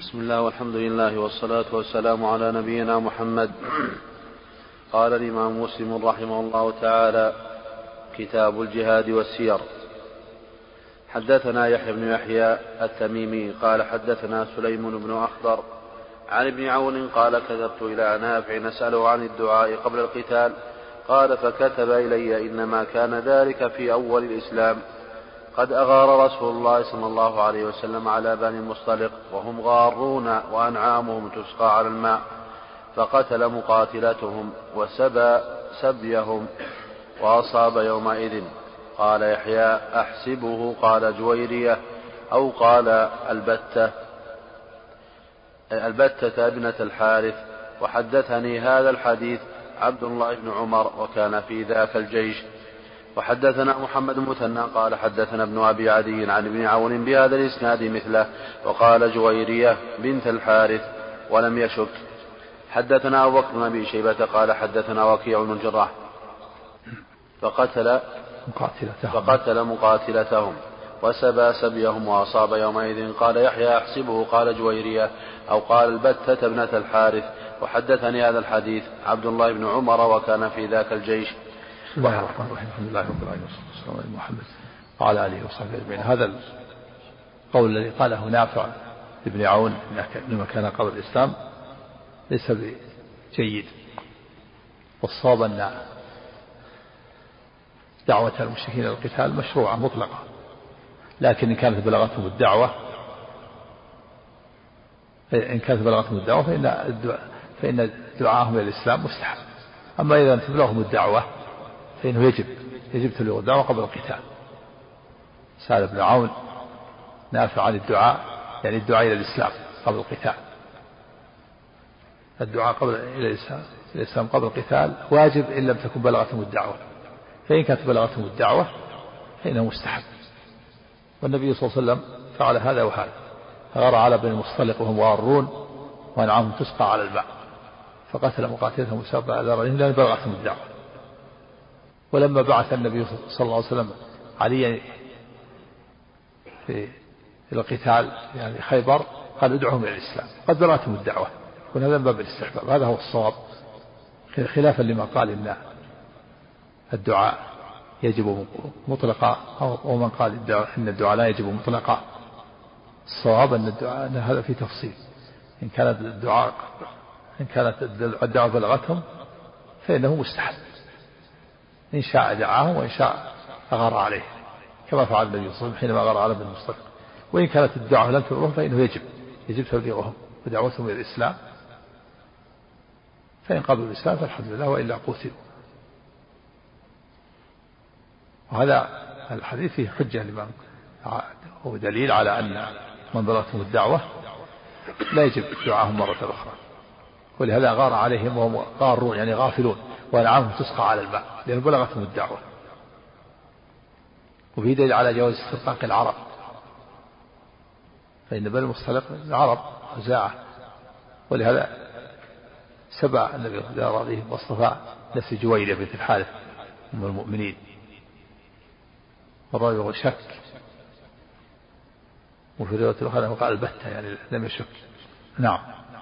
بسم الله والحمد لله والصلاة والسلام على نبينا محمد. قال الإمام مسلم رحمه الله تعالى: كتاب الجهاد والسير. حدثنا يحيى بن يحيى التميمي قال حدثنا سليم بن أخضر عن ابن عون قال: كتبت إلى نافع نسأله عن الدعاء قبل القتال، قال: فكتب إلي: إنما كان ذلك في أول الإسلام، قد أغار رسول الله صلى الله عليه وسلم على بني المصطلق وهم غارون وأنعامهم تسقى على الماء، فقتل مقاتلتهم وسبى سبيهم وأصاب يومئذ. قال يحيى: أحسبه قال جويرية أو قال البتة ابنة الحارث. وحدثني هذا الحديث عبد الله بن عمر وكان في ذاك الجيش. وحدثنا محمد المثنى قال حدثنا ابن أبي عدي عن ابن عون بهذا الإسناد مثله، وقال جويرية بنت الحارث ولم يشك. حدثنا أبو بكر بن أبي شيبة قال حدثنا وكيع بن الجراح فقتل مقاتلتهم وسبى سبيهم وأصاب يومئذ. قال يحيى: أحسبه قال جويرية أو قال البتة ابنة الحارث. وحدثني هذا الحديث عبد الله بن عمر وكان في ذاك الجيش. بسم الله الرحمن الرحيم. الحمد لله رب العالمين والصلاة والسلام على محمد وعلى آله وصحبه أجمعين. هذا القول الذي قاله نافع ابن عون لما كان قبل الإسلام ليس بجيد، والصواب أن دعوة المشركين إلى القتال مشروعة مطلقة، لكن إن كانت بلغتهم الدعوة فإن دعاهم إلى الإسلام مستحب. أما إذا تبلغهم الدعوة فإنه يجب تبليغ الدعوة قبل القتال. سأل ابن عون نافع عن الدعاء، يعني الدعاء إلى الإسلام قبل القتال. الدعاء إلى الإسلام قبل القتال واجب إن لم تكن بلغتهم الدعوة، فإن كانت بلغتهم الدعوة فإنه مستحب. والنبي صلى الله عليه وسلم فعل هذا وهذا، فغار على بني المصطلق وهم غارون وأنعامهم تسقى على الماء، فقتل مقاتلتهم وسبى أذرهم لأن بلغتهم الدعوة. ولما بعث النبي صلى الله عليه وسلم عليا في القتال يعني خيبر قال: ادعوهم إلى الإسلام، قد بلغتهم الدعوة، يكون هذا من باب الاستحباب. هذا هو الصواب، خلافا لما قال إن الدعاء يجب مطلقا، ومن قال إن الدعاء لا يجب مطلقا. الصواب أن الدعاء أن هذا في تفصيل. إن كانت الدعوة بلغتهم فإنه مستحب، إن شاء دعاهم وإن شاء أغار عليه، كما فعل النبي صلى الله عليه وسلم حينما أغار على بني المصطلق. وإن كانت الدعوة لم تبلغهم فإنه يجب تبليغهم ودعوتهم إلى الإسلام، فإن قبلوا الإسلام فالحمد لله، وإلا قتلوا. وهذا الحديث فيه حجة لمن هو دليل على أن من بلغتهم الدعوة لا يجب دعاهم مرة أخرى. ولهذا غار عليهم وهم غارون يعني غافلون وأنعامهم تسقى على الماء، لأن بلغتهم الدعوة. وفيه دليل على جواز استرقاق العرب، فإن بني المصطلق العرب خزاعة، ولهذا سبى النبي صلى الله عليه وسلم واصطفى نفس جويرية بنت الحارث أم المؤمنين. والرجل شك، وفي رواية الأخرى قال البتة يعني لم يشك. نعم.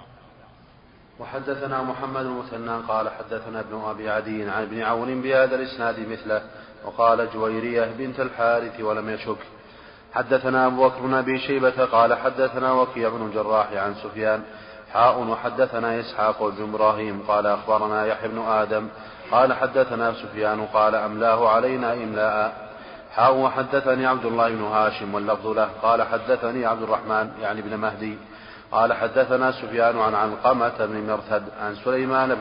وحدثنا محمد المثنى قال حدثنا ابن أبي عدي عن ابن عون بهذا الإسناد مثله، وقال جويرية بنت الحارث ولم يشك. حدثنا أبو بكر بن أبي شيبة قال حدثنا وكيع بن الجراح عن سفيان وحدثنا إسحاق بن إبراهيم قال أخبرنا يحيى بن آدم قال حدثنا سفيان قال أملاه علينا إملاء. وحدثني عبد الله بن هاشم واللفظ له قال حدثني عبد الرحمن يعني بن مهدي قال حدثنا سفيان عن علقمة بن مرثد عن سليمان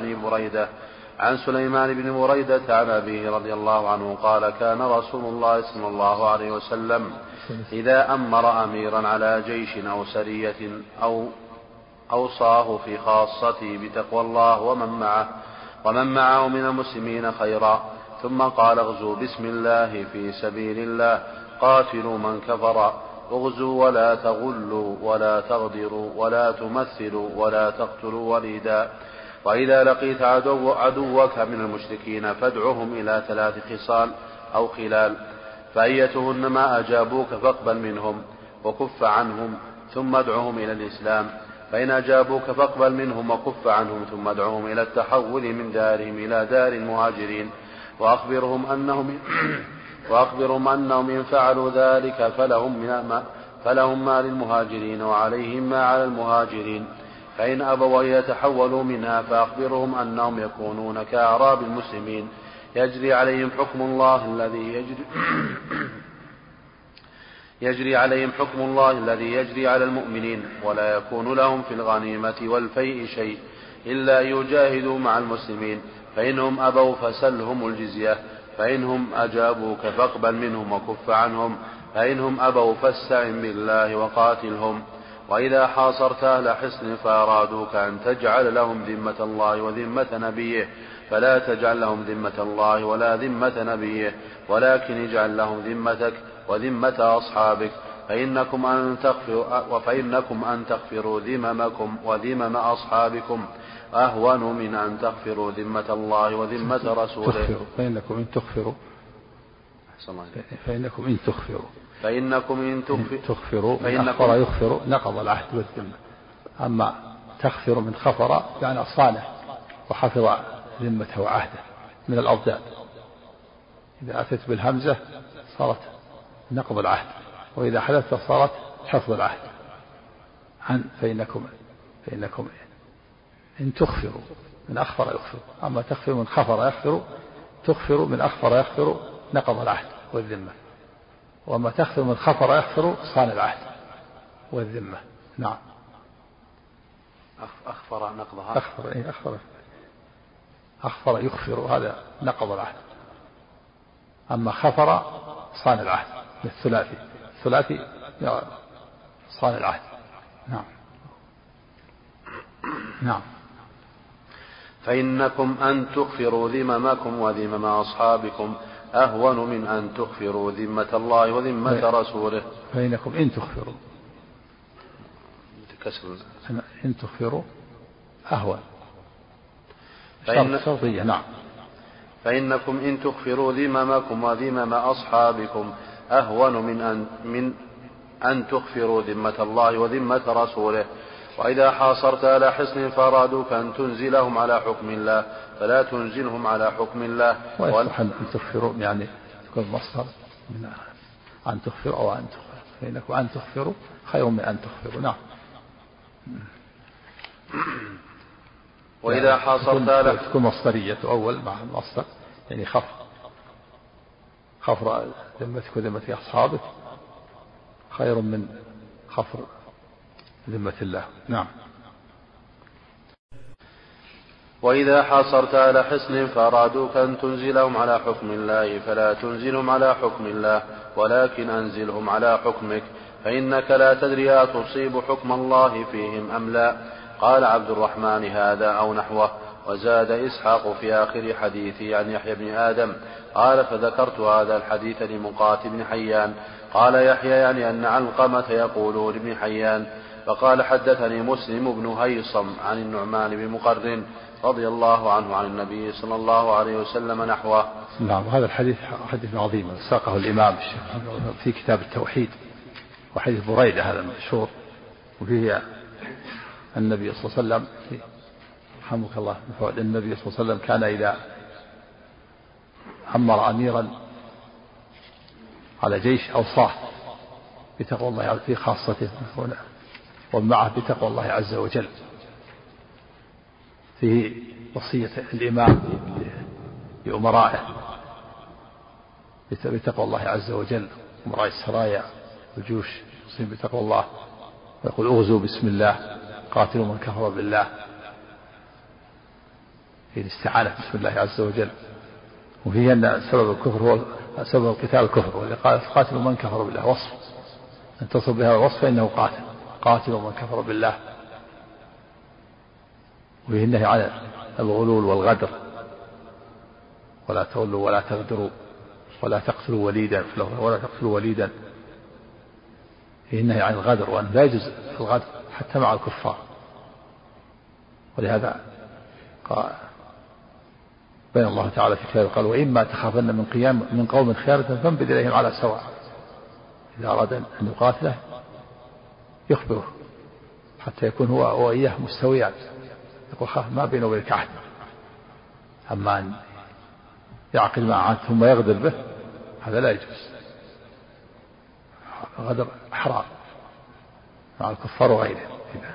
بن بريدة عن أبيه رضي الله عنه قال: كان رسول الله صلى الله عليه وسلم إذا أمر أميرا على جيش أو سرية أو أوصاه في خاصته بتقوى الله ومن معه من المسلمين خيرا، ثم قال: اغزوا بسم الله في سبيل الله، قاتلوا من كفر، اغزوا ولا تغلوا ولا تغدروا ولا تمثلوا ولا تقتلوا وليدا، وإذا لقيت عدوك من المشركين فادعهم إلى 3 خصال أو خلال، فأيتهن ما أجابوك فاقبل منهم وكف عنهم، ثم ادعهم إلى الإسلام، فإن أجابوك فاقبل منهم وكف عنهم ثم ادعوهم إلى التحول من دارهم إلى دار المهاجرين وأخبرهم أنهم إن فعلوا ذلك فلهم ما للمهاجرين وعليهم ما على المهاجرين. فإن أبوا أن يتحولوا منها فأخبرهم أنهم يكونون كأعراب المسلمين يجري عليهم حكم الله الذي يجري على المؤمنين، ولا يكون لهم في الغنيمة والفيء شيء إلا أن يجاهدوا مع المسلمين. فإنهم أبوا فسلهم الجزية، فإنهم أجابوك فاقبل منهم وكف عنهم، فإنهم أبوا فاستعن بالله وقاتلهم. وإذا حاصرت أهل حصن فأرادوك أن تجعل لهم ذمة الله وذمة نبيه فلا تجعل لهم ذمة الله ولا ذمة نبيه، ولكن اجعل لهم ذمتك وذمة أصحابك، فإنكم أن تغفروا ذممكم وذمم أصحابكم أهون من أن تغفروا ذمة الله وذمة رسوله. فإنكم إن تغفروا أخفر يغفر نقض العهد والذمة. أما تغفر من خفر يعني صانع وحفظ ذمته وعهده من الأضداد. إذا أتت بالهمزة صارت نقض العهد، وإذا حدثت صارت حفظ العهد. فإنكم إن تغفروا من أخفر يغفر. أما تغفر من خفر يغفر، تغفر من أخفر يغفر نقض العهد والذمة. وما تغفر من خفر يغفر صان العهد والذمة. نعم. أخفر نقضها. أخفر يغفر هذا نقض العهد. أما خفر صان العهد الثلاثي صان العهد. نعم. فإنكم أن تغفروا ذممكم وذمم أصحابكم أهون من أن تغفروا ذمة الله وذمة رسوله. فإنكم إن تغفروا إن تغفروا أهون شرطية. نعم. فإنكم إن تغفروا ذممكم وذمم أصحابكم أهون من أن تغفروا ذمة الله وذمة رسوله. وإذا حاصرت على حصن فأرادوك أن تنزلهم على حكم الله فلا تنزلهم على حكم الله. ويصح أن تغفروا يعني تكون مصدر من أن تغفروا أو أن تغفروا، فإنكم أن تغفروا خير من أن تغفروا. نعم. وإذا حاصرت على تكون مصدرية أول مع المصدر يعني خفر ذمتك وذمة أصحابك خير من خفر ذمة الله. نعم. وإذا حاصرت على حصن فأرادوك أن تنزلهم على حكم الله فلا تنزلهم على حكم الله، ولكن أنزلهم على حكمك، فإنك لا تدري أتصيب حكم الله فيهم أم لا. قال عبد الرحمن هذا أو نحوه. وزاد إسحاق في آخر حديثي عن يحيى بن آدم قال فذكرت هذا الحديث لمقاتل بن حيان. قال يحيى يعني أن علقمة يقول لابن حيان. فقال حدثني مسلم بن هيصم عن النعمان بن مقرن رضي الله عنه عن النبي صلى الله عليه وسلم نحوه. نعم. هذا الحديث حديث عظيم ساقه الإمام في كتاب التوحيد، وحديث بريدة هذا المشهور، وفيه النبي صلى الله عليه وسلم رحمك الله النبي صلى الله عليه وسلم كان إذا أمر أميرا على جيش أوصاه بتقوى الله في خاصته ومعه بتقوى الله عز وجل. فيه وصية الإمام لأمرائه بتقوى الله عز وجل، أمراء السرايا والجيوش يوصيهم بتقوى الله، ويقول اغزوا بسم الله قاتلوا من كفر بالله، في الاستعانة بسم الله عز وجل. وفيه أن سبب الكفر هو سبب القتال الكفر، واللي قال قاتلوا من كفر بالله وصف أن تصل بهذا الوصف فإنه قاتلوا من كفر بالله. وفيه النهي عن الغلول والغدر، ولا تغلوا ولا تغدروا ولا تقتلوا وليدا فيه النهي عن الغدر، وأن لا يجوز الغدر حتى مع الكفار. ولهذا بين الله تعالى في كتابه قال وإما تخافن من قوم خيانة فانبذ إليهم على سواء. إذا أراد أن يقاتله يخبره حتى يكون هو وإياه مستويان، يقول خاف ما بينه وبينك عهد. أما أن يعقد مع عهد ثم يغدر به هذا لا يجوز، غدر حرام مع الكفار وغيرهم.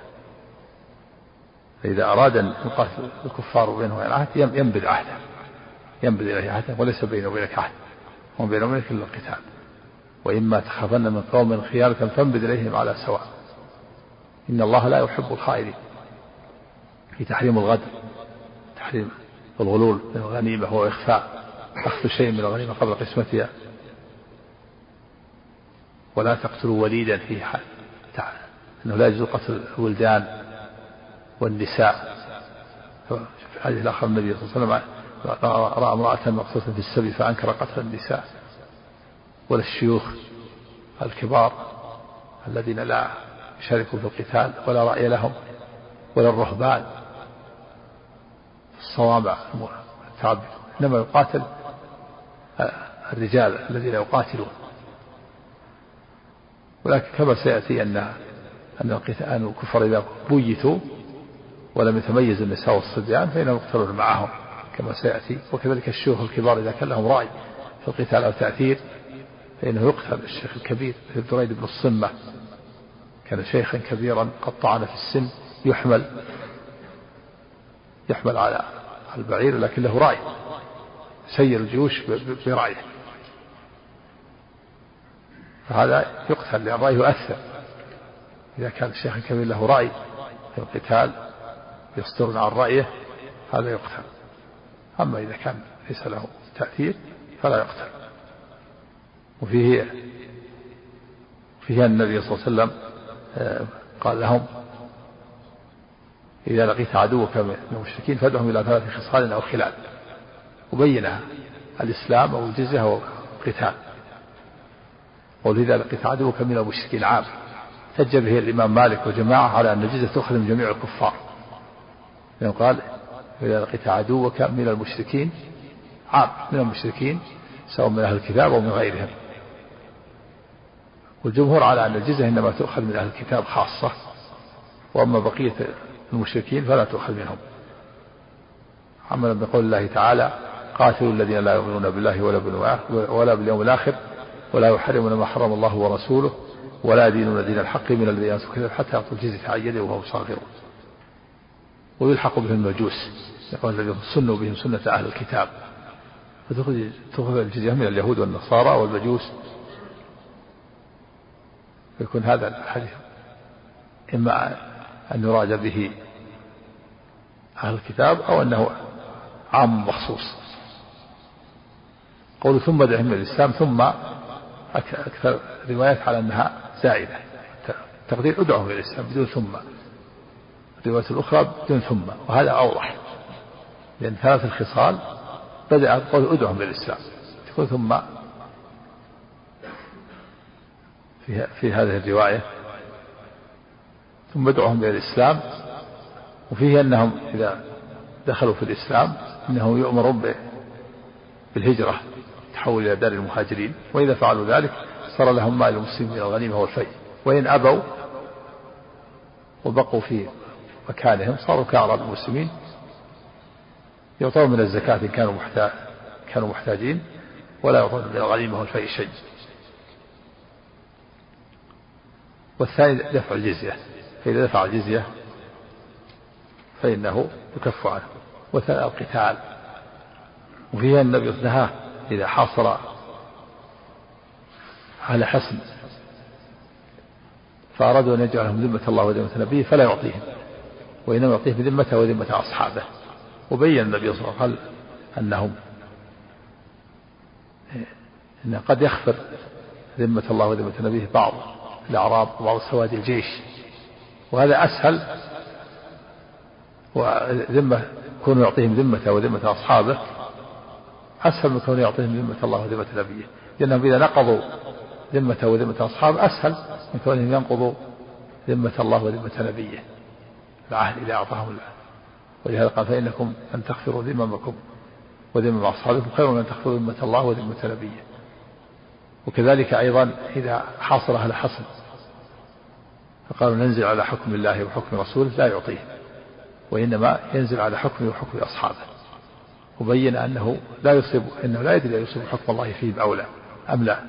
فإذا أراد أن يقاتل الكفار بينه وبين عهد ينبذ عهده، ينبذ إليه عهده، وليس بينه وبينك عهد وما بينه وبينك إلا القتال. وإما تخافن من قوم خيانة فانبذ إليهم على سواء، إن الله لا يحب الخائنين. في تحريم الغدر، تحريم الغلول من الغنيمة وإخفاء أخذ شيء من الغنيمة قبل قسمتها. ولا تقتلوا وليدا في حال أنه لا يجوز قتل الولدان والنساء. في الحديث الآخر النبي صلى الله عليه وسلم رأى امرأة مقتولة في السبي فأنكر قتل النساء. ولا الشيوخ الكبار الذين لا يشاركوا في القتال ولا رأي لهم، ولا الرهبان الصوامع التعبد، إنما يقاتل الرجال الذين يقاتلون. ولكن كما سيأتي أن الكفار إذا بيتوا ولم يتميز النساء والصبيان فإنهم يقتلون معهم كما سيأتي. وكذلك الشيوخ الكبار إذا كان لهم رأي في القتال أو تأثير فإنه يقتل. الشيخ الكبير مثل دريد بن الصمة كان شيخا كبيرا قد طعن في السن، يحمل على البعير لكن له رأي، سير الجيوش برأيه، فهذا يقتل لأن رأيه يؤثر. إذا كان الشيخ الكبير له رأي في القتال يصدر عن رأيه هذا يقتل. أما إذا كان ليس له تأثير فلا يقتل. وفيه النبي صلى الله عليه وسلم قال لهم إذا لقيت عدوك من المشركين فادعهم إلى 3 خصال أو خلال، وبينها الإسلام أو الجزية أو القتال. ولذا لقيت عدوك من المشركين عام، احتج به الإمام مالك وجماعة على أن الجزية تؤخذ من جميع الكفار، لأنه قال إذا لقيت عدوك من المشركين عام، من المشركين سواء من أهل الكتاب أو من غيرهم. والجمهور على أن الجزية إنما تؤخذ من أهل الكتاب خاصة، وأما بقية المشركين فلا تؤخذ منهم. عملا بقول الله تعالى قاتلوا الذين لا يؤمنون بالله ولا باليوم الآخر ولا يحرمون ما حرم الله ورسوله ولا يدينون دين الحق من الذين أوتوا الكتاب حتى يعطوا الجزية عن يد وهم صاغرون. ويلحق بهم المجوس، يقول الذين سنوا بهم سنة أهل الكتاب، فتأخذ الجزية من اليهود والنصارى والمجوس. يكون هذا الحديث إما أن يراد به أهل الكتاب أو أنه عام مخصوص. قول ثم دعهم من الإسلام، ثم أكثر روايات على أنها زائدة، تقدير ادعهم إلى الإسلام بدون ثم، الرواية الأخرى بدون ثم، وهذا أوضح لأن 3 الخصال بدأ قول ادعهم إلى الإسلام، تكون ثم في هذه الرواية ثم ادعهم إلى الإسلام. وفيه أنهم إذا دخلوا في الإسلام أنهم يؤمرون بالهجرة تحول إلى دار المهاجرين، وإذا فعلوا ذلك صار لهم مال المسلمين من الغنيمة والفيء، وإن أبوا وبقوا في مكانهم صاروا كأعراب المسلمين يعطون من الزكاة إن كانوا محتاجين، ولا يعطون من الغنيمة والفيء شيء. والثاني دفع الجزية، فإذا دفع الجزية فإنه يكف عنه. وثاني القتال، وفيها النبي نهاه إذا حاصر على حصن فأرادوا أن يجعلهم ذمة الله وذمة نبيه فلا يعطيهم، وإنما يعطيهم ذمته وذمة أصحابه. وبين النبي صلى الله عليه وسلم أنه قد يخفر ذمة الله وذمة نبيه بعض الأعراب وبعض سواد الجيش، وهذا أسهل، وذمة كون يعطيهم ذمته وذمة أصحابه أسهل من كون يعطيهم ذمة الله وذمة نبيه، لأنهم إذا نقضوا ذمته وذمة أصحابه أسهل من كونهم ينقضوا ذمة الله وذمة نبيه العهد إذا أعطاهم الله. ولهذا قال فإنكم أن تغفروا ذممكم وذمم أصحابكم خير من أن تغفروا ذمة الله وذمة نبيه. وكذلك أيضا إذا حاصر أهل حصن فقالوا ننزل على حكم الله وحكم رسوله لا يعطيه، وإنما ينزل على حكمه وحكم أصحابه. وبين أنه لا يدري أن يصيب حكم الله فيه بأولى أم لا.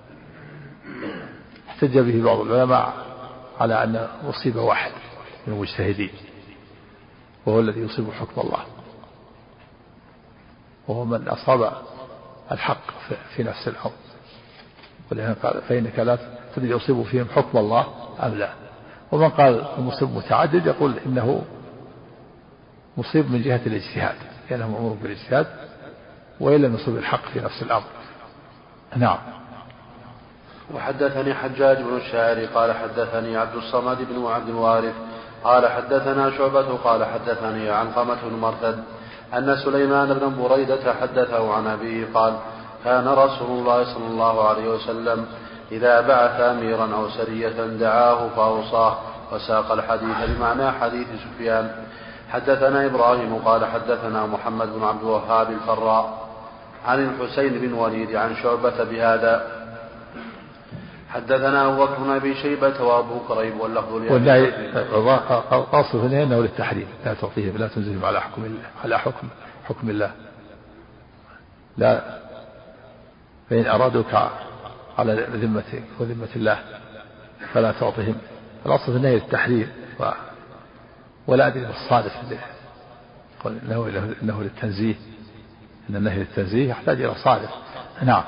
احتج به بعض العلماء على أن مصيب واحد من المجتهدين وهو الذي يصيب حكم الله، وهو من أصاب الحق في نفس الأمر، ولهذا قال فإنك لا تدري يصيب فيهم حكم الله أم لا. ومن قال المصيب متعدد يقول إنه مصيب من جهة الاجتهاد، لأنه مأمور بالاجتهاد وإن لم يصيب الحق في نفس الأمر. نعم. وحدثني حجاج بن الشاعر قال حدثني عبد الصمد بن عبد الوارث قال حدثنا شعبة قال حدثني علقمة بن مرثد أن سليمان بن بريدة حدثه عن أبيه قال كان رسول الله صلى الله عليه وسلم إذا بعث أميرا أو سرية دعاه فأوصاه، وساق الحديث بمعنى حديث سفيان. حدثنا إبراهيم قال حدثنا محمد بن عبد الوهاب الفراء عن الحسين بن وليد عن شعبة بهذا. حدثنا أبو بكر بن أبي شيبة وأبو كريب واللفظ الأصل في أنه للتحريم، لا تعطيهم لا تنزلهم على حكم الله، لا، فإن أرادوك على ذمتك وذمة الله فلا تعطيهم. الأصل في النهي للتحريم، ولا أدري بالصادف إنه للتنزيه، إن النهي للتنزيه يحتاج إلى صادف. نعم.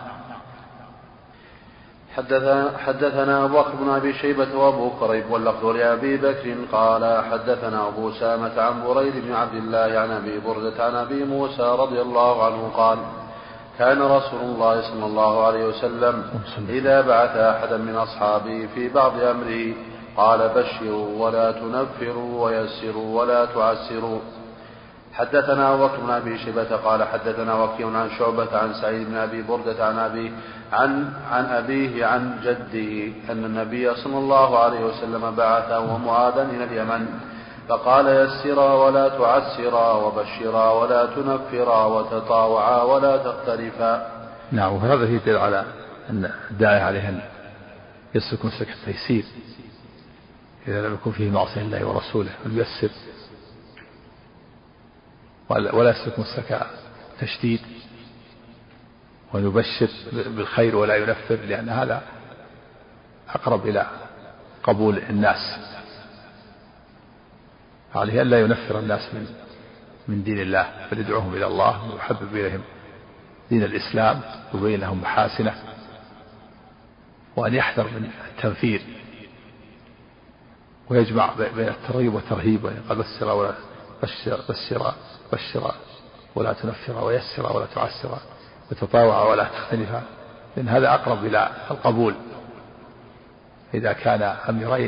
حدثنا أبو بكر بن أبي شيبة وأبو كريب واللفظ لأبي بكر قال حدثنا أبو سامة عن بريد بن عبد الله عن أبي بردة عن أبي موسى رضي الله عنه قال كان رسول الله صلى الله عليه وسلم إذا بعث أحدا من أصحابه في بعض أمره قال بشروا ولا تنفروا ويسروا ولا تعسروا. حدثنا أبو بكر بن أبي شيبة قال حدثنا وكيع عن شعبة عن سعيد بن أبي بردة عن أبيه عن جده أن النبي صلى الله عليه وسلم بعثه ومعاذا إلى اليمن فقال يسرا ولا تعسرا وبشرا ولا تنفرا وتطاوعا ولا تختلفا. نعم. وهذا يدل على أن الداعي عليه أن يسلك مسلك التيسير إذا لم يكن فيه معصية الله ورسوله، وييسر ولا يسلك مسلك تشديد، ويبشر بالخير ولا ينفر، لأن هذا أقرب إلى قبول الناس. عليه أن لا ينفر الناس من دين الله، بل يدعوهم إلى الله ويحبب إليهم دين الإسلام ويبين لهم محاسنه، وأن يحذر من التنفير ويجمع بين الترغيب والترهيب، قال بشر ولا تنفر ويسر ولا تعسر وتطاوع ولا تختلفا، لأن هذا أقرب إلى القبول إذا كان أميرين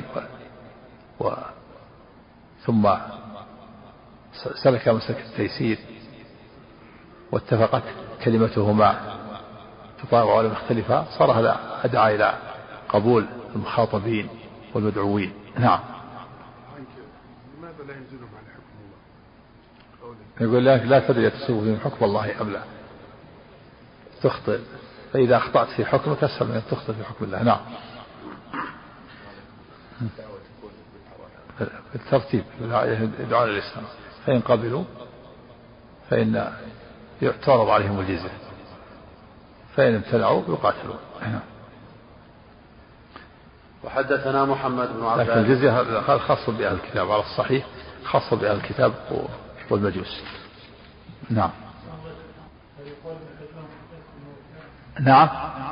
ثم سلك مسلك التيسير واتفقت كلمتهما تطاوع ولا تختلفا، صار هذا أدعى إلى قبول المخاطبين والمدعوين. نعم. لماذا لا ينزلهم على حكم الله؟ يقول لا تدري تصيب فيهم حكم الله أم لا، تخطئ، فإذا أخطأت في حكمك أسهل من أن تخطئ في حكم الله. نعم. بالترتيب يدعون الإسلام، فإن قبلوا فإن تعرض عليهم الجزية، فإن امتنعوا يقاتلون. وحدثنا محمد بن عبد لكن الجزية خاصة بأهل الكتاب، على الصحيح خاصة بأهل الكتاب والمجوس. نعم. نعم.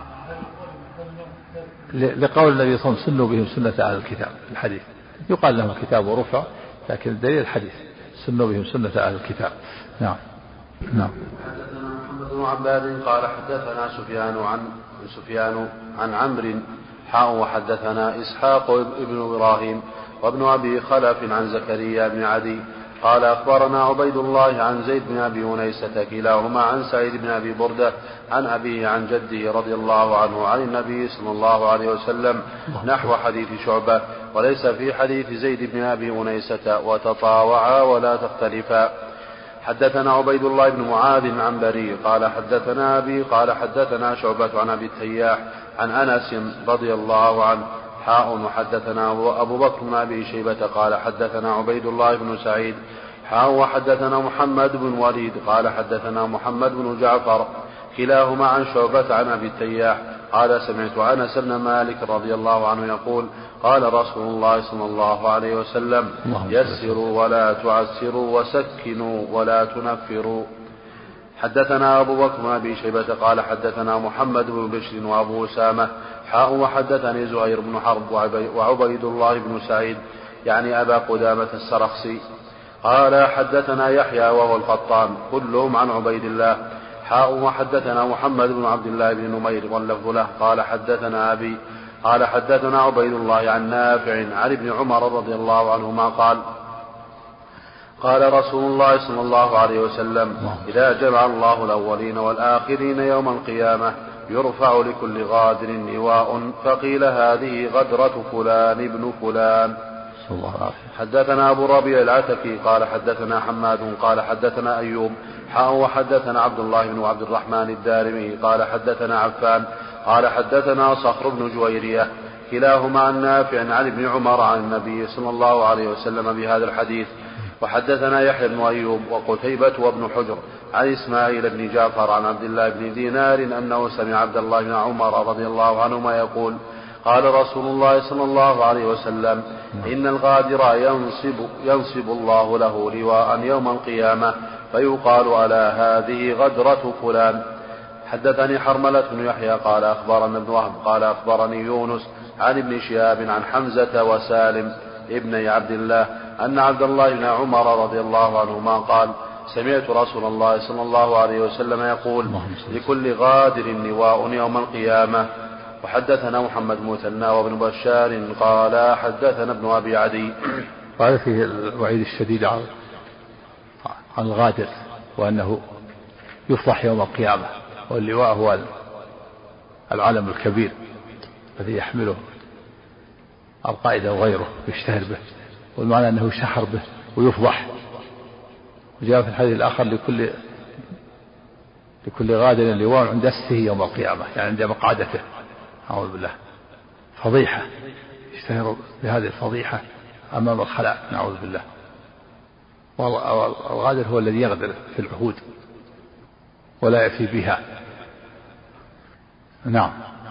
لقول النبي صلى الله عليه وسلم سنوا بهم سنة أهل الكتاب، الحديث يقال لهم الكتاب ورفع، لكن الدليل الحديث سنوا بهم سنة أهل الكتاب. نعم. نعم. حدثنا محمد بن عباد قال حدثنا سفيان عن عمرو وحدثنا إسحاق ابن إبراهيم وابن أبي خلف عن زكريا بن عدي قال أخبرنا عبيد الله عن زيد بن أبي أنيسة كلاهما عن سعيد بن أبي بردة عن أبيه عن جده رضي الله عنه عن النبي صلى الله عليه وسلم نحو حديث شعبة، وليس في حديث زيد بن أبي أنيسة وتطاوعا ولا تختلفا. حدثنا عبيد الله بن معاذ عن بري قال حدثنا أبي قال حدثنا شعبة عن أبي التياح عن أنس رضي الله عنه وحدثنا أبو بكر بن أبي شيبة قال حدثنا عبيد الله بن سعيد وحدثنا محمد بن وليد قال حدثنا محمد بن جعفر كلاهما عن شعبة عن أبي التياح قال سمعت أنس بن مالك رضي الله عنه يقول قال رسول الله صلى الله عليه وسلم يسروا ولا تعسروا وسكنوا ولا تنفروا. حدثنا أبو بكر بن أبي شيبة قال حدثنا محمد بن بشر وأبو أسامة وحدثني زهير بن حرب وعبيد الله بن سعيد يعني أبا قدامة السرخسي قال حدثنا يحيى وهو القطان كلهم عن عبيد الله وحدثنا محمد بن عبد الله بن نمير واللفظ له قال حدثنا أبي قال حدثنا عبيد الله عن نافع عن ابن عمر رضي الله عنهما قال رسول الله صلى الله عليه وسلم إذا جمع الله الأولين والآخرين يوم القيامة يرفع لكل غادر نواء فقيل هذه غدرة فلان ابن فلان. حدثنا أبو ربيع العتكي قال حدثنا حماد قال حدثنا أيوب وحدثنا عبد الله بن عبد الرحمن الدارمي قال حدثنا عفان قال حدثنا صخر بن جويرية كلاهما عن نافع عن ابن عمر عن النبي صلى الله عليه وسلم بهذا الحديث. وحدثنا يحيى بن أيوب وقتيبة وابن حجر عن إسماعيل بن جعفر عن عبد الله بن دينار أنه سمع عبد الله بن عمر رضي الله عنهما يقول قال رسول الله صلى الله عليه وسلم إن الغادر ينصب الله له لواء يوم القيامة فيقال ألا هذه غدرة فلان. حدثني حرملة بن يحيى قال أخبرنا ابن وهب قال أخبرني يونس عن ابن شهاب عن حمزة وسالم ابن عبد الله أن عبد الله بن عمر رضي الله عنهما قال سمعت رسول الله صلى الله عليه وسلم يقول لكل غادر نواء يوم القيامة. وحدثنا محمد مثنى وابن بشار قال حدثنا ابن أبي عدي قال فيه الوعيد الشديد عن الغادر وأنه يفضح يوم القيامة واللواء هو العلم الكبير الذي يحمله القائد أو غيره يشتهر به والمعنى أنه يشهر به ويفضح. وجاء في الحديث الآخر لكل غادر لواء عند أسه يوم القيامة يعني عند مقعدته أعوذ بالله فضيحة يشتهر بهذه الفضيحة أمام الخلائق نعوذ بالله. والغادر هو الذي يغدر في العهود ولا يفي بها. نعم.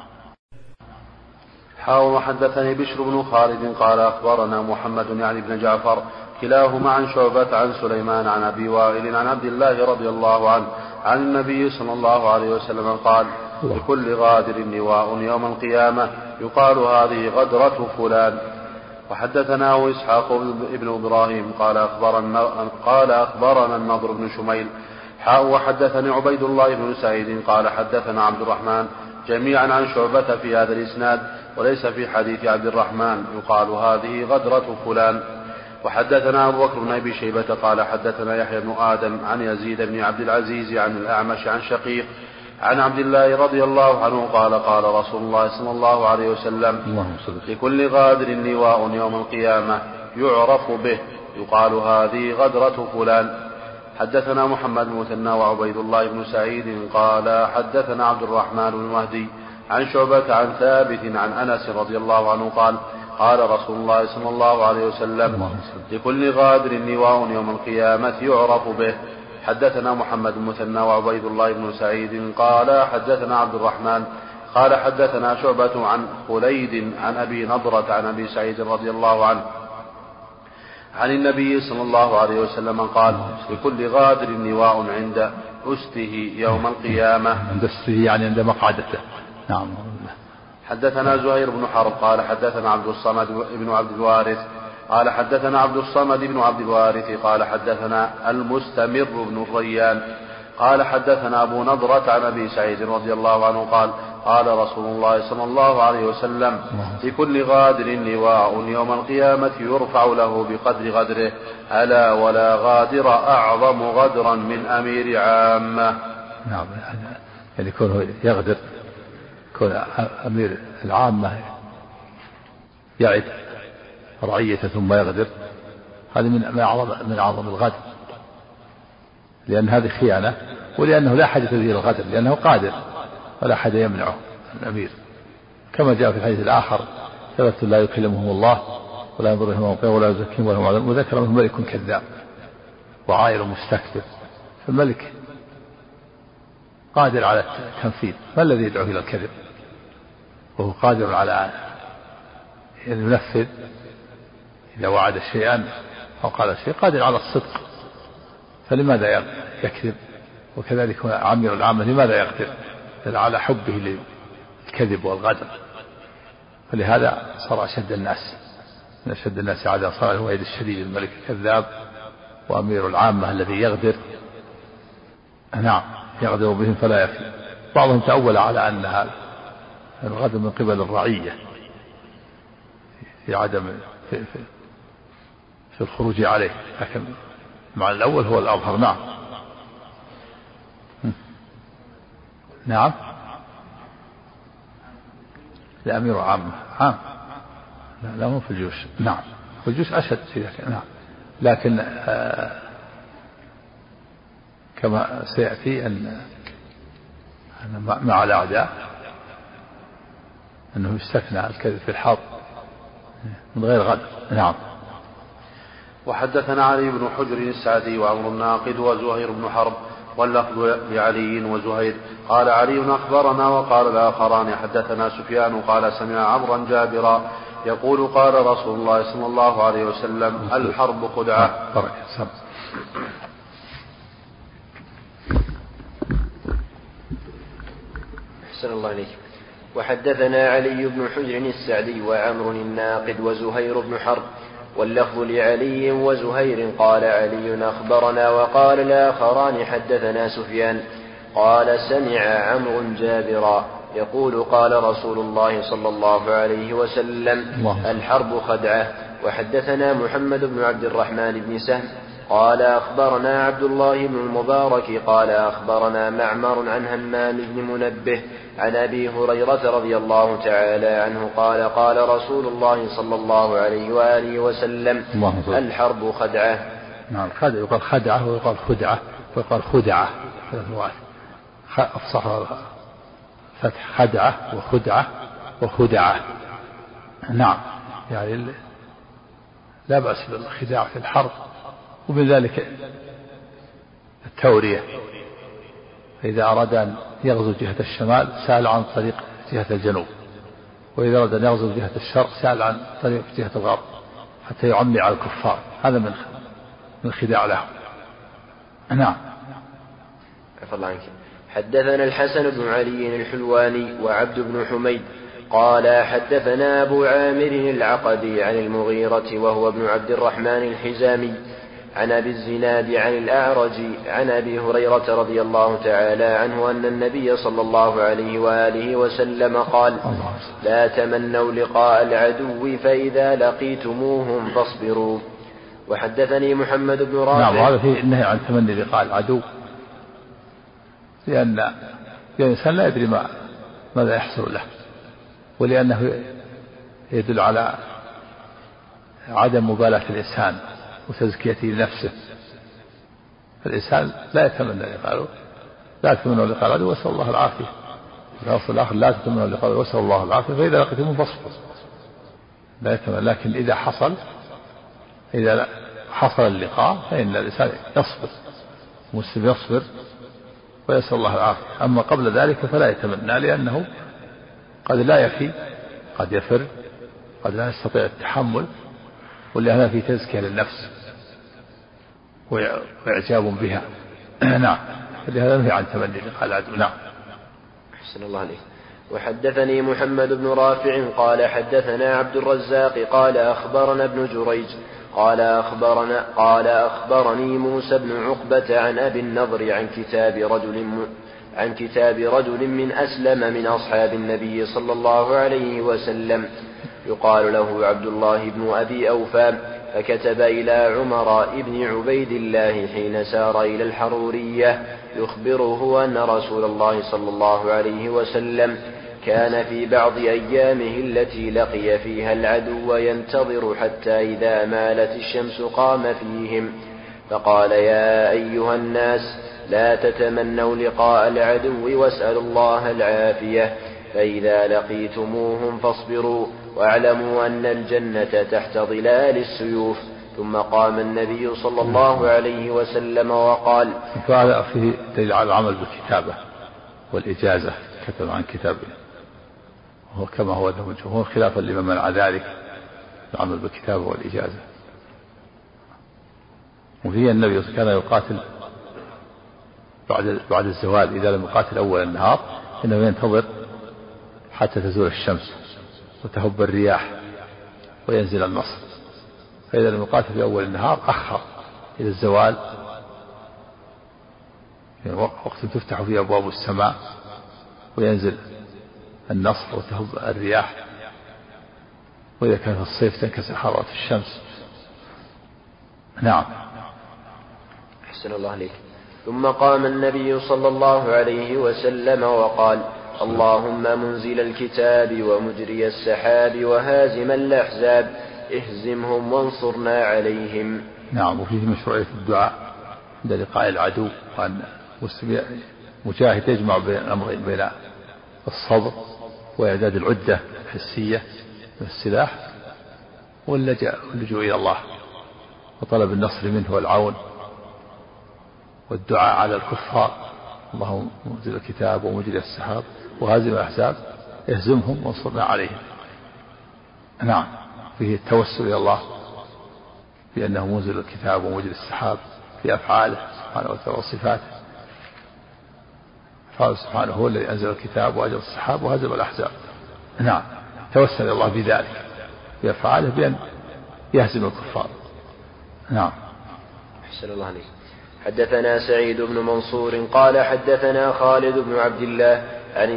وحدثني بشر بن خالد قال أخبرنا محمد يعني بن جعفر كلاهما عن شعبة عن سليمان عن أبي وائل عن عبد الله رضي الله عنه عن النبي صلى الله عليه وسلم قال لكل غادر نواء يوم القيامة يقال هذه غدرة فلان. وحدثنا إسحاق بن إبراهيم قال أخبرنا النضر بن شميل وحدثني عبيد الله بن سعيد قال حدثنا عبد الرحمن جميعا عن شعبة في هذا الإسناد وليس في حديث عبد الرحمن يقال هذه غدرة فلان. وحدثنا أبو بكر بن أبي شيبة قال حدثنا يحيى بن آدم عن يزيد بن عبد العزيز عن الأعمش عن شقيق عن عبد الله رضي الله عنه قال قال رسول الله صلى الله عليه وسلم لكل غادر نواء يوم القيامة يعرف به يقال هذه غدرة فلان. حدثنا محمد بن مثنى وعبيد الله بن سعيد قال حدثنا عبد الرحمن بن مهدي عن شعبة عن ثابت عن أنس رضي الله عنه قال قال رسول الله صلى الله عليه وسلم لكل غادر نواء يوم القيامة يعرف به. حدثنا محمد بن مثنى وعبيد الله بن سعيد قال حدثنا عبد الرحمن قال حدثنا شعبة عن خليد عن أبي نضرة عن أبي سعيد رضي الله عنه عن النبي صلى الله عليه وسلم قال لكل غادر نواء عند أسته يوم القيامة. عند أسته يعني عند مقعدته. نعم. حدثنا زهير بن حرب قال حدثنا عبد الصمد بن عبد الوارث قال حدثنا عبد الصمد بن عبد الوارث قال حدثنا المستمر بن الريان قال حدثنا أبو نضرة عن أبي سعيد رضي الله عنه قال قال رسول الله صلى الله عليه وسلم لكل غادر لواء يوم القيامة يرفع له بقدر غدره ألا ولا غادر أعظم غدرا من أمير عامة. نعم يعني كونه يغدر كون أمير العامة يعد رعيته ثم يغدر هذا من أعظم الغدر لأن هذه خيانة ولأنه لا حاجة به الغدر لأنه قادر ولا أحد يمنعه الأمير كما جاء في الحديث الآخر ثلاثة لا يكلمهم الله ولا ينظرهم موقع ولا يزكيهم ولهم عذاب وذكر منهم ملك كذاب وعائل مستكبر. فالملك قادر على التنفيذ، ما الذي يدعو إلى الكذب وهو قادر على أن ينفذ إذا وعد شيئا أو قال شيء، قادر على الصدق، فلماذا يكذب؟ وكذلك عمير العامة لماذا يقدر على حبه للكذب والغدر؟ فلهذا صار أشد الناس، من أشد الناس عادة صار الوعيد الشديد الملك الكذاب وأمير العامة الذي يغدر. نعم يغدر بهم فلا يفي. بعضهم تأول على أن هذا الغدر من قبل الرعية في عدم في الخروج عليه، لكن مع الأول هو الأظهر. نعم نعم لأمير عامة عام لا مو في الجيوش. نعم في الجيوش أشد في ذلك. نعم لكن كما سيأتي أن مع الأعداء أنه يستثنى الكذب في الحرب من غير غدر. نعم. وحدثنا علي بن حجر السعدي وعمر الناقد وزهير بن حرب واللفظ لعلي وزهير قال علي أخبرنا وقال الآخران حدثنا سفيان قال سمع عمرا جابرا يقول قال رسول الله صلى الله عليه وسلم الحرب خدعة. أحسن الله عليك. وحدثنا علي بن حجر السعدي وعمر الناقد وزهير بن حرب واللفظ لعلي وزهير قال علي أخبرنا وقال الآخران حدثنا سفيان قال سمع عمرو جابرا يقول قال رسول الله صلى الله عليه وسلم الحرب خدعة. وحدثنا محمد بن عبد الرحمن بن سهم قال أخبرنا عبد الله بن المبارك قال أخبرنا معمر عن همام بن منبه عن أبي هريرة رضي الله تعالى عنه قال قال رسول الله صلى الله عليه وآله وسلم الحرب خدعة. نعم يقال خدعة ويقال خدعة ويقال خدعة أفصح فتح خدعة وخدعة وخدعة. نعم يعني لا بأس بالخداع في الحرب، ومن ذلك التورية، فإذا أراد أن يغزو جهة الشمال سأل عن طريق جهة الجنوب، وإذا أراد أن يغزو جهة الشرق سأل عن طريق جهة الغرب حتى يعمي على الكفار. هذا من الخداع لهم. نعم. عفى الله عنك. حدثنا الحسن بن علي الحلواني وعبد بن حميد قال حدثنا أبو عامر العقدي عن المغيرة وهو ابن عبد الرحمن الحزامي عن أبي الزناد عن الأعرج عن أبي هريرة رضي الله تعالى عنه أن النبي صلى الله عليه وآله وسلم قال لا تمنوا لقاء العدو فإذا لقيتموهم فاصبروا. وحدثني محمد بن رافع. نعم هذا فيه النهي عن تمني لقاء العدو، لأن الإنسان لا يدري ماذا يحصل له، ولأنه يدل على عدم مبالاة الإنسان وتزكيته لنفسه. فالإنسان لا يتمنى لقاءه، لا تتمنوا لقاء العدو واسأل الله العافية. الأصل الآخر لا تتمنوا لقاء واسأل الله العافية فإذا لقيتموهم فاصبروا. لا يتمنى، لكن إذا حصل اللقاء فإن الإنسان يصبر، المسلم يصبر ويسأل الله العافية. أما قبل ذلك فلا يتمنى، لأنه قد لا يفي، قد يفر، قد لا يستطيع التحمل، ولهذا في تزكية للنفس وإعجاب بها. نعم فلهذا نهي عن تمني لقاء العدو. نعم. أحسن الله عليك. وحدثني محمد بن رافع قال حدثنا عبد الرزاق قال أخبرنا ابن جريج قال أخبرني موسى بن عقبة عن أبي النضر عن كتاب رجل من أسلم من أصحاب النبي صلى الله عليه وسلم يقال له عبد الله بن أبي أوفى، فكتب إلى عمر بن عبيد الله حين سار إلى الحرورية يخبره أن رسول الله صلى الله عليه وسلم كان في بعض أيامه التي لقي فيها العدو ينتظر حتى إذا مالت الشمس قام فيهم، فقال يا أيها الناس لا تتمنوا لقاء العدو واسألوا الله العافية، فإذا لقيتموهم فاصبروا واعلموا أن الجنة تحت ظلال السيوف. ثم قام النبي صلى الله عليه وسلم وقال. فهذا فيه دليل على العمل بالكتابة والإجازة، كتب عن كتابه وهو كما هو ذو الجمهور، خلافا لمن منع ذلك العمل بالكتابة والإجازة. وفيه النبي كان يقاتل بعد الزوال، إذا لم يقاتل أول النهار إنه ينتظر حتى تزول الشمس وتهب الرياح وينزل النصر، فإذا لم يقاتل في أول النهار أخر إلى الزوال، يعني وقت تفتح فيه أبواب السماء وينزل النصر وتهب الرياح، وإذا كان في الصيف تنكسر حرارة الشمس. نعم. أحسن الله عليك. ثم قام النبي صلى الله عليه وسلم وقال: اللهم منزل الكتاب ومجري السحاب وهازم الأحزاب اهزمهم وانصرنا عليهم. نعم. وفيه مشروعية الدعاء عند لقاء العدو، وأن مجاهد يجمع بين الأمرين، بين الصبر وإعداد العدة الحسية من السلاح واللجوء إلى الله وطلب النصر منه والعون والدعاء على الكفار. اللهم منزل الكتاب ومجري السحاب وهازم الأحزاب اهزمهم وانصرنا عليهم. نعم. فيه التوسل إلى الله بأنه منزل الكتاب ومجري السحاب في أفعاله سبحانه وتعالى وصفاته. فقال سبحانه هو الذي أنزل الكتاب وأجر السحاب وهزم الأحزاب. نعم. توسل إلى الله بذلك بأفعاله بأن يهزم الكفار. نعم. أحسن الله عليك. حدثنا سعيد بن منصور قال حدثنا خالد بن عبد الله عن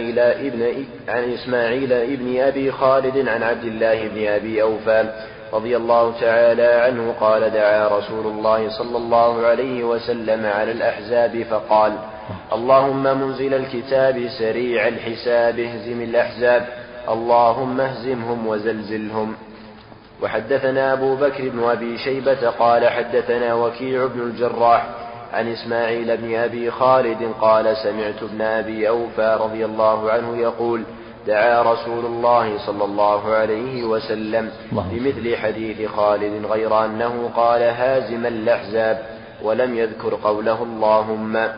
إسماعيل ابن أبي خالد عن عبد الله بن أبي أوفى رضي الله تعالى عنه قال: دعا رسول الله صلى الله عليه وسلم على الأحزاب فقال: اللهم منزل الكتاب سريع الحساب اهزم الأحزاب اللهم اهزمهم وزلزلهم. وحدثنا أبو بكر بن أبي شيبة قال حدثنا وكيع بن الجراح عن إسماعيل بن أبي خالد قال: سمعت ابن أبي أوفى رضي الله عنه يقول: دعا رسول الله صلى الله عليه وسلم بمثل حديث خالد غير أنه قال: هازم الأحزاب ولم يذكر قوله اللهم.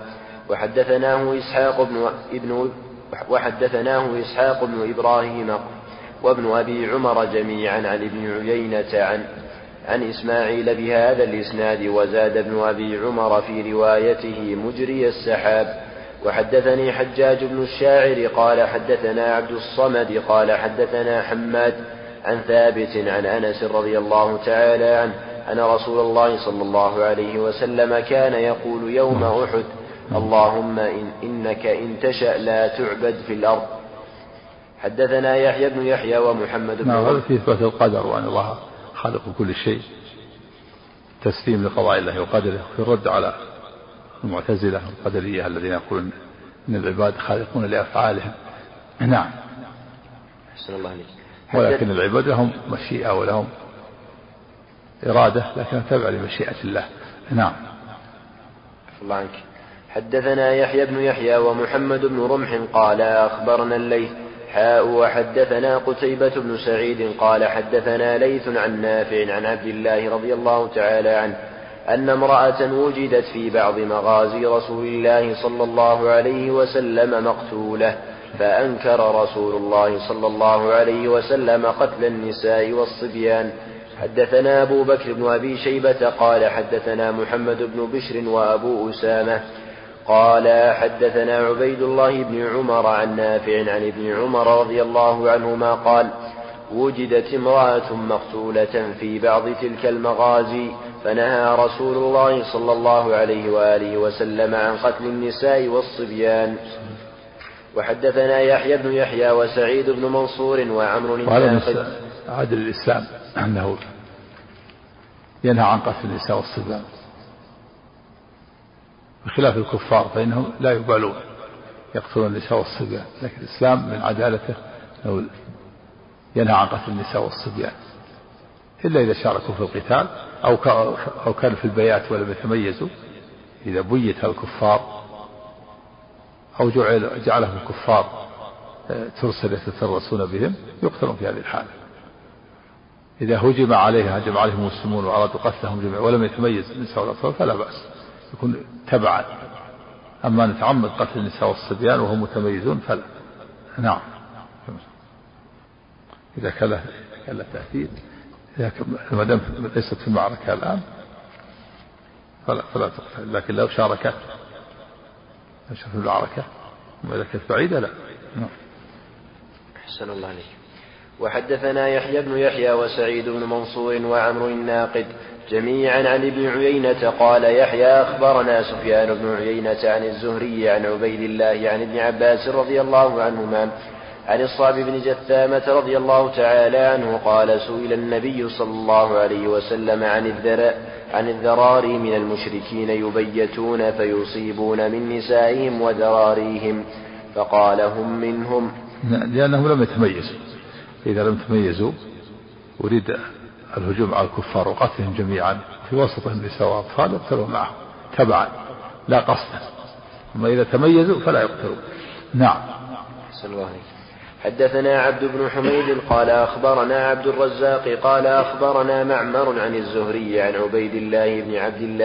وحدثناه إسحاق بن إبراهيم وابن أبي عمر جميعا عن ابن عيينة عن إسماعيل بهذا الإسناد، وزاد ابن أبي عمر في روايته مجري السحاب. وحدثني حجاج بن الشاعر قال حدثنا عبد الصمد قال حدثنا حماد عن ثابت عن أنس رضي الله تعالى عنه أن رسول الله صلى الله عليه وسلم كان يقول يوم أحد: اللهم إنك إن تشأ لا تعبد في الأرض. حدثنا يحيى بن يحيى ومحمد بن هذا في إثبات القدر وأن الله خالق كل شيء، تسليم لقضاء الله وقدره، في الرد على المعتزلة القدرية الذين يقولون إن العباد خالقون لأفعالهم. نعم. أحسن الله عليك. ولكن العباد لهم مشيئة ولهم إرادة، لكن تابع لمشيئة الله. نعم. الله عنك. حدثنا يحيى بن يحيى ومحمد بن رمح قال أخبرنا الليث وحدثنا قتيبة بن سعيد قال حدثنا ليث عن نافع عن عبد الله رضي الله تعالى عنه أن امرأة وجدت في بعض مغازي رسول الله صلى الله عليه وسلم مقتولة، فأنكر رسول الله صلى الله عليه وسلم قتل النساء والصبيان. حدثنا أبو بكر بن أبي شيبة قال حدثنا محمد بن بشر وأبو أسامة قال حدثنا عبيد الله بن عمر عن نافع عن ابن عمر رضي الله عنهما قال: وجدت امرأة مقتولة في بعض تلك المغازي، فنهى رسول الله صلى الله عليه وآله وسلم عن قتل النساء والصبيان. وحدثنا يحيى بن يحيى وسعيد بن منصور وعمر الناقد. عدل الإسلام أنه ينهى عن قتل النساء والصبيان بخلاف الكفار فإنهم لا يبالون يقتلون النساء والصبيان، لكن الإسلام من عدالته أنه ينهى عن قتل النساء والصبيان إلا إذا شاركوا في القتال أو كانوا في البيات ولم يتميزوا. إذا بيت الكفار أو جعلهم الكفار ترسل يتترسون بهم يقتلون في هذه الحالة. إذا هجم عليهم المسلمون وأرادوا قتلهم جميعا ولم يتميز النساء والأطفال فلا بأس، يكون تبعا. أما نتعمد قتل النساء والصبيان وهم متميزون فلا. نعم. إذا كان له تأثير، ما دام ليست في المعركة الآن فلا تقتل، لكن لو شاركت في المعركة وإذا كانت بعيدة لا. أحسن الله عليك. وحدثنا يحيى بن يحيى وسعيد بن منصور وعمرو الناقد جميعا عن ابن عيينة قال يحيى أخبرنا سفيان بن عيينة عن الزهري عن عبيد الله عن ابن عباس رضي الله عنهما عن الصعب بن جثامة رضي الله تعالى عنه قال سئل النبي صلى الله عليه وسلم عن الذراري من المشركين يبيتون فيصيبون من نسائهم وذراريهم فقال هم منهم، لأنهم لم يتميزوا. إذا لم يتميزوا أريد الهجوم على الكفار وقتلهم جميعا في وسطهم النساء وأطفال يقتلوا معهم تبعا لا قصدا، أما إذا تميزوا فلا يقتلوا. نعم. أحسن الله عليك. حدثنا عبد بن حميد قال أخبرنا عبد الرزاق قال أخبرنا معمر عن الزهري عن عبيد الله بن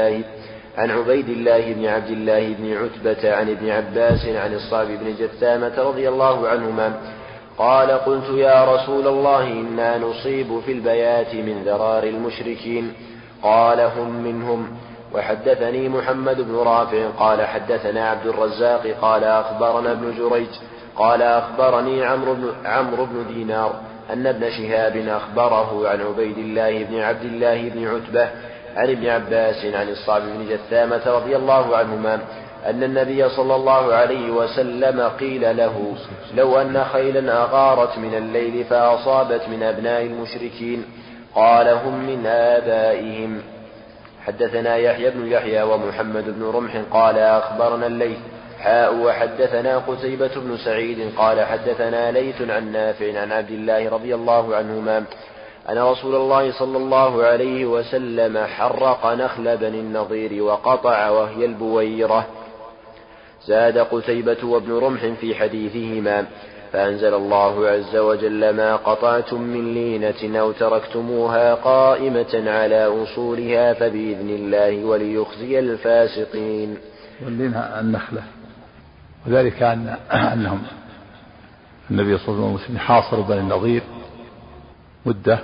عبد الله بن عتبة عن ابن عباس عن الصعب بن جثامة رضي الله عنهما قال قلت يا رسول الله إنا نصيب في البيات من ذرار المشركين قال هم منهم. وحدثني محمد بن رافع قال حدثنا عبد الرزاق قال أخبرنا ابن جريج قال أخبرني عمرو بن دينار أن ابن شهاب أخبره عن عبيد الله بن عبد الله بن عتبة عن ابن عباس عن الصعب بن جثامة رضي الله عنهما أن النبي صلى الله عليه وسلم قيل له لو أن خيلا أغارت من الليل فأصابت من أبناء المشركين قال هم من آبائهم. حدثنا يحيى بن يحيى ومحمد بن رمح قال أخبرنا الليث وحدثنا قتيبة بن سعيد قال حدثنا ليث عن نافع عن عبد الله رضي الله عنهما أن رسول الله صلى الله عليه وسلم حرق نخل بني النضير وقطع وهي البويرة. زاد قتيبة وابن رمح في حديثهما فأنزل الله عز وجل ما قطعتم من لينة أو تركتموها قائمة على أصولها فبإذن الله وليخزي الفاسقين. واللينة النخلة، وذلك أنهم النبي صلى الله عليه وسلم حاصروا بني النضير مدة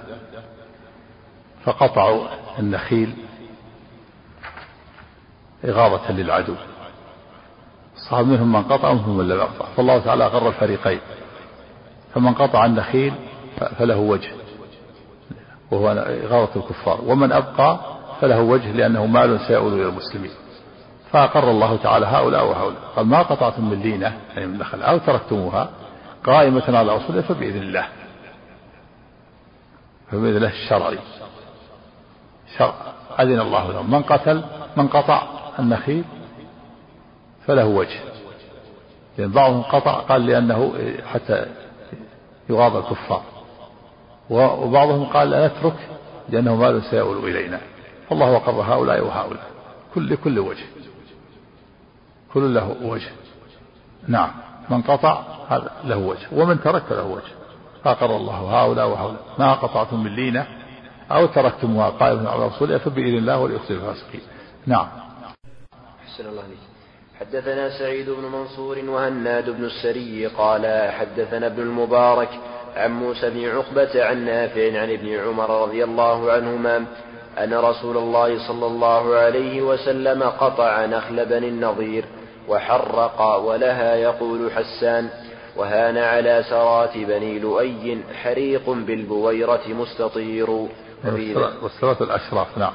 فقطعوا النخيل إغاظة للعدو. صار منهم من قطع ومنهم من لم يقطع، فالله تعالى أغر الفريقين، فمن قطع النخيل فله وجه وهو إغاظة الكفار، ومن أبقى فله وجه لأنه مال سيؤول إلى المسلمين. فأقر الله تعالى هؤلاء وهؤلاء، قال ما قطعتم من لينة يعني من نخل أو تركتموها قائمة على أصولها فبإذن الله، فبإذن الله الشرعي أذن الله لهم. من قطع النخيل فله وجه، لأن بعضهم قطع قال لأنه حتى يغاض الكفار، وبعضهم قال لا نترك لأنه مال سيؤول إلينا. فالله أقر هؤلاء وهؤلاء كل وجه، كل له وجه. نعم. من قطع هذا له وجه، ومن ترك له وجه، فأقر الله هؤلاء وهؤلاء. ما قطعتم من لينة أو تركتموها قائمة على رسولها فبإذن الله وليخزي الفاسقين. نعم. أحسن الله عليك. حدثنا سعيد بن منصور وهناد بن السري قال حدثنا ابن المبارك عن موسى بن عقبة عن نافع عن ابن عمر رضي الله عنهما أن رسول الله صلى الله عليه وسلم قطع نخل بني النضير وحرق ولها يقول حسان وهان على سرات بني لؤي حريق بالبويرة مستطير. والسرات الأشراف. نعم.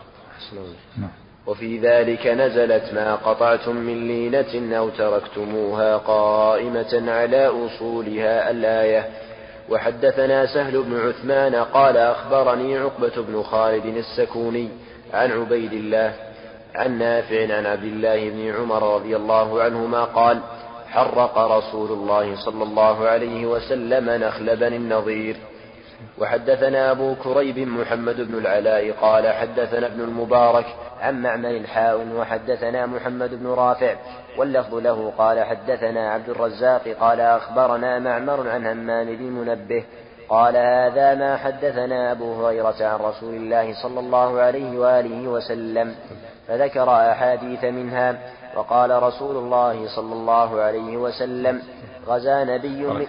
وفي ذلك نزلت ما قطعتم من لينة أو تركتموها قائمة على أصولها الآية. وحدثنا سهل بن عثمان قال أخبرني عقبة بن خالد السكوني عن عبيد الله عن نافع عن عبد الله بن عمر رضي الله عنهما قال حرق رسول الله صلى الله عليه وسلم نخل بني النضير. وحدثنا أبو كريب محمد بن العلاء قال حدثنا ابن المبارك عن معمر وحدثنا محمد بن رافع واللفظ له قال حدثنا عبد الرزاق قال أخبرنا معمر عن همام بن منبه قال هذا ما حدثنا أبو هريرة عن رسول الله صلى الله عليه وآله وسلم، فذكر أحاديث منها. وقال رسول الله صلى الله عليه وسلم غزا نبي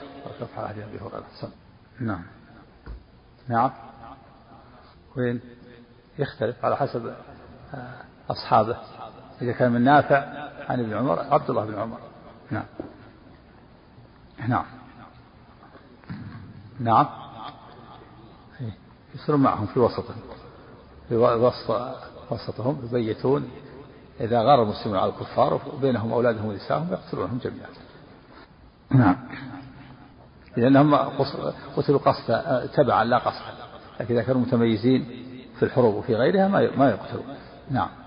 نعم وين يختلف على حسب أصحابه، إذا كان من نافع عن ابن عمر عبد الله بن عمر. نعم نعم نعم يصيرون معهم في وسطهم، في وسطهم يبيتون إذا غار المسلمون على الكفار وبينهم أولادهم ونساءهم يقتلونهم جميعا. نعم لأنهم قتلوا قصدا تبعا لا قصدا، لكن إذا كانوا متميزين في الحروب وفي غيرها ما يقتلون. نعم.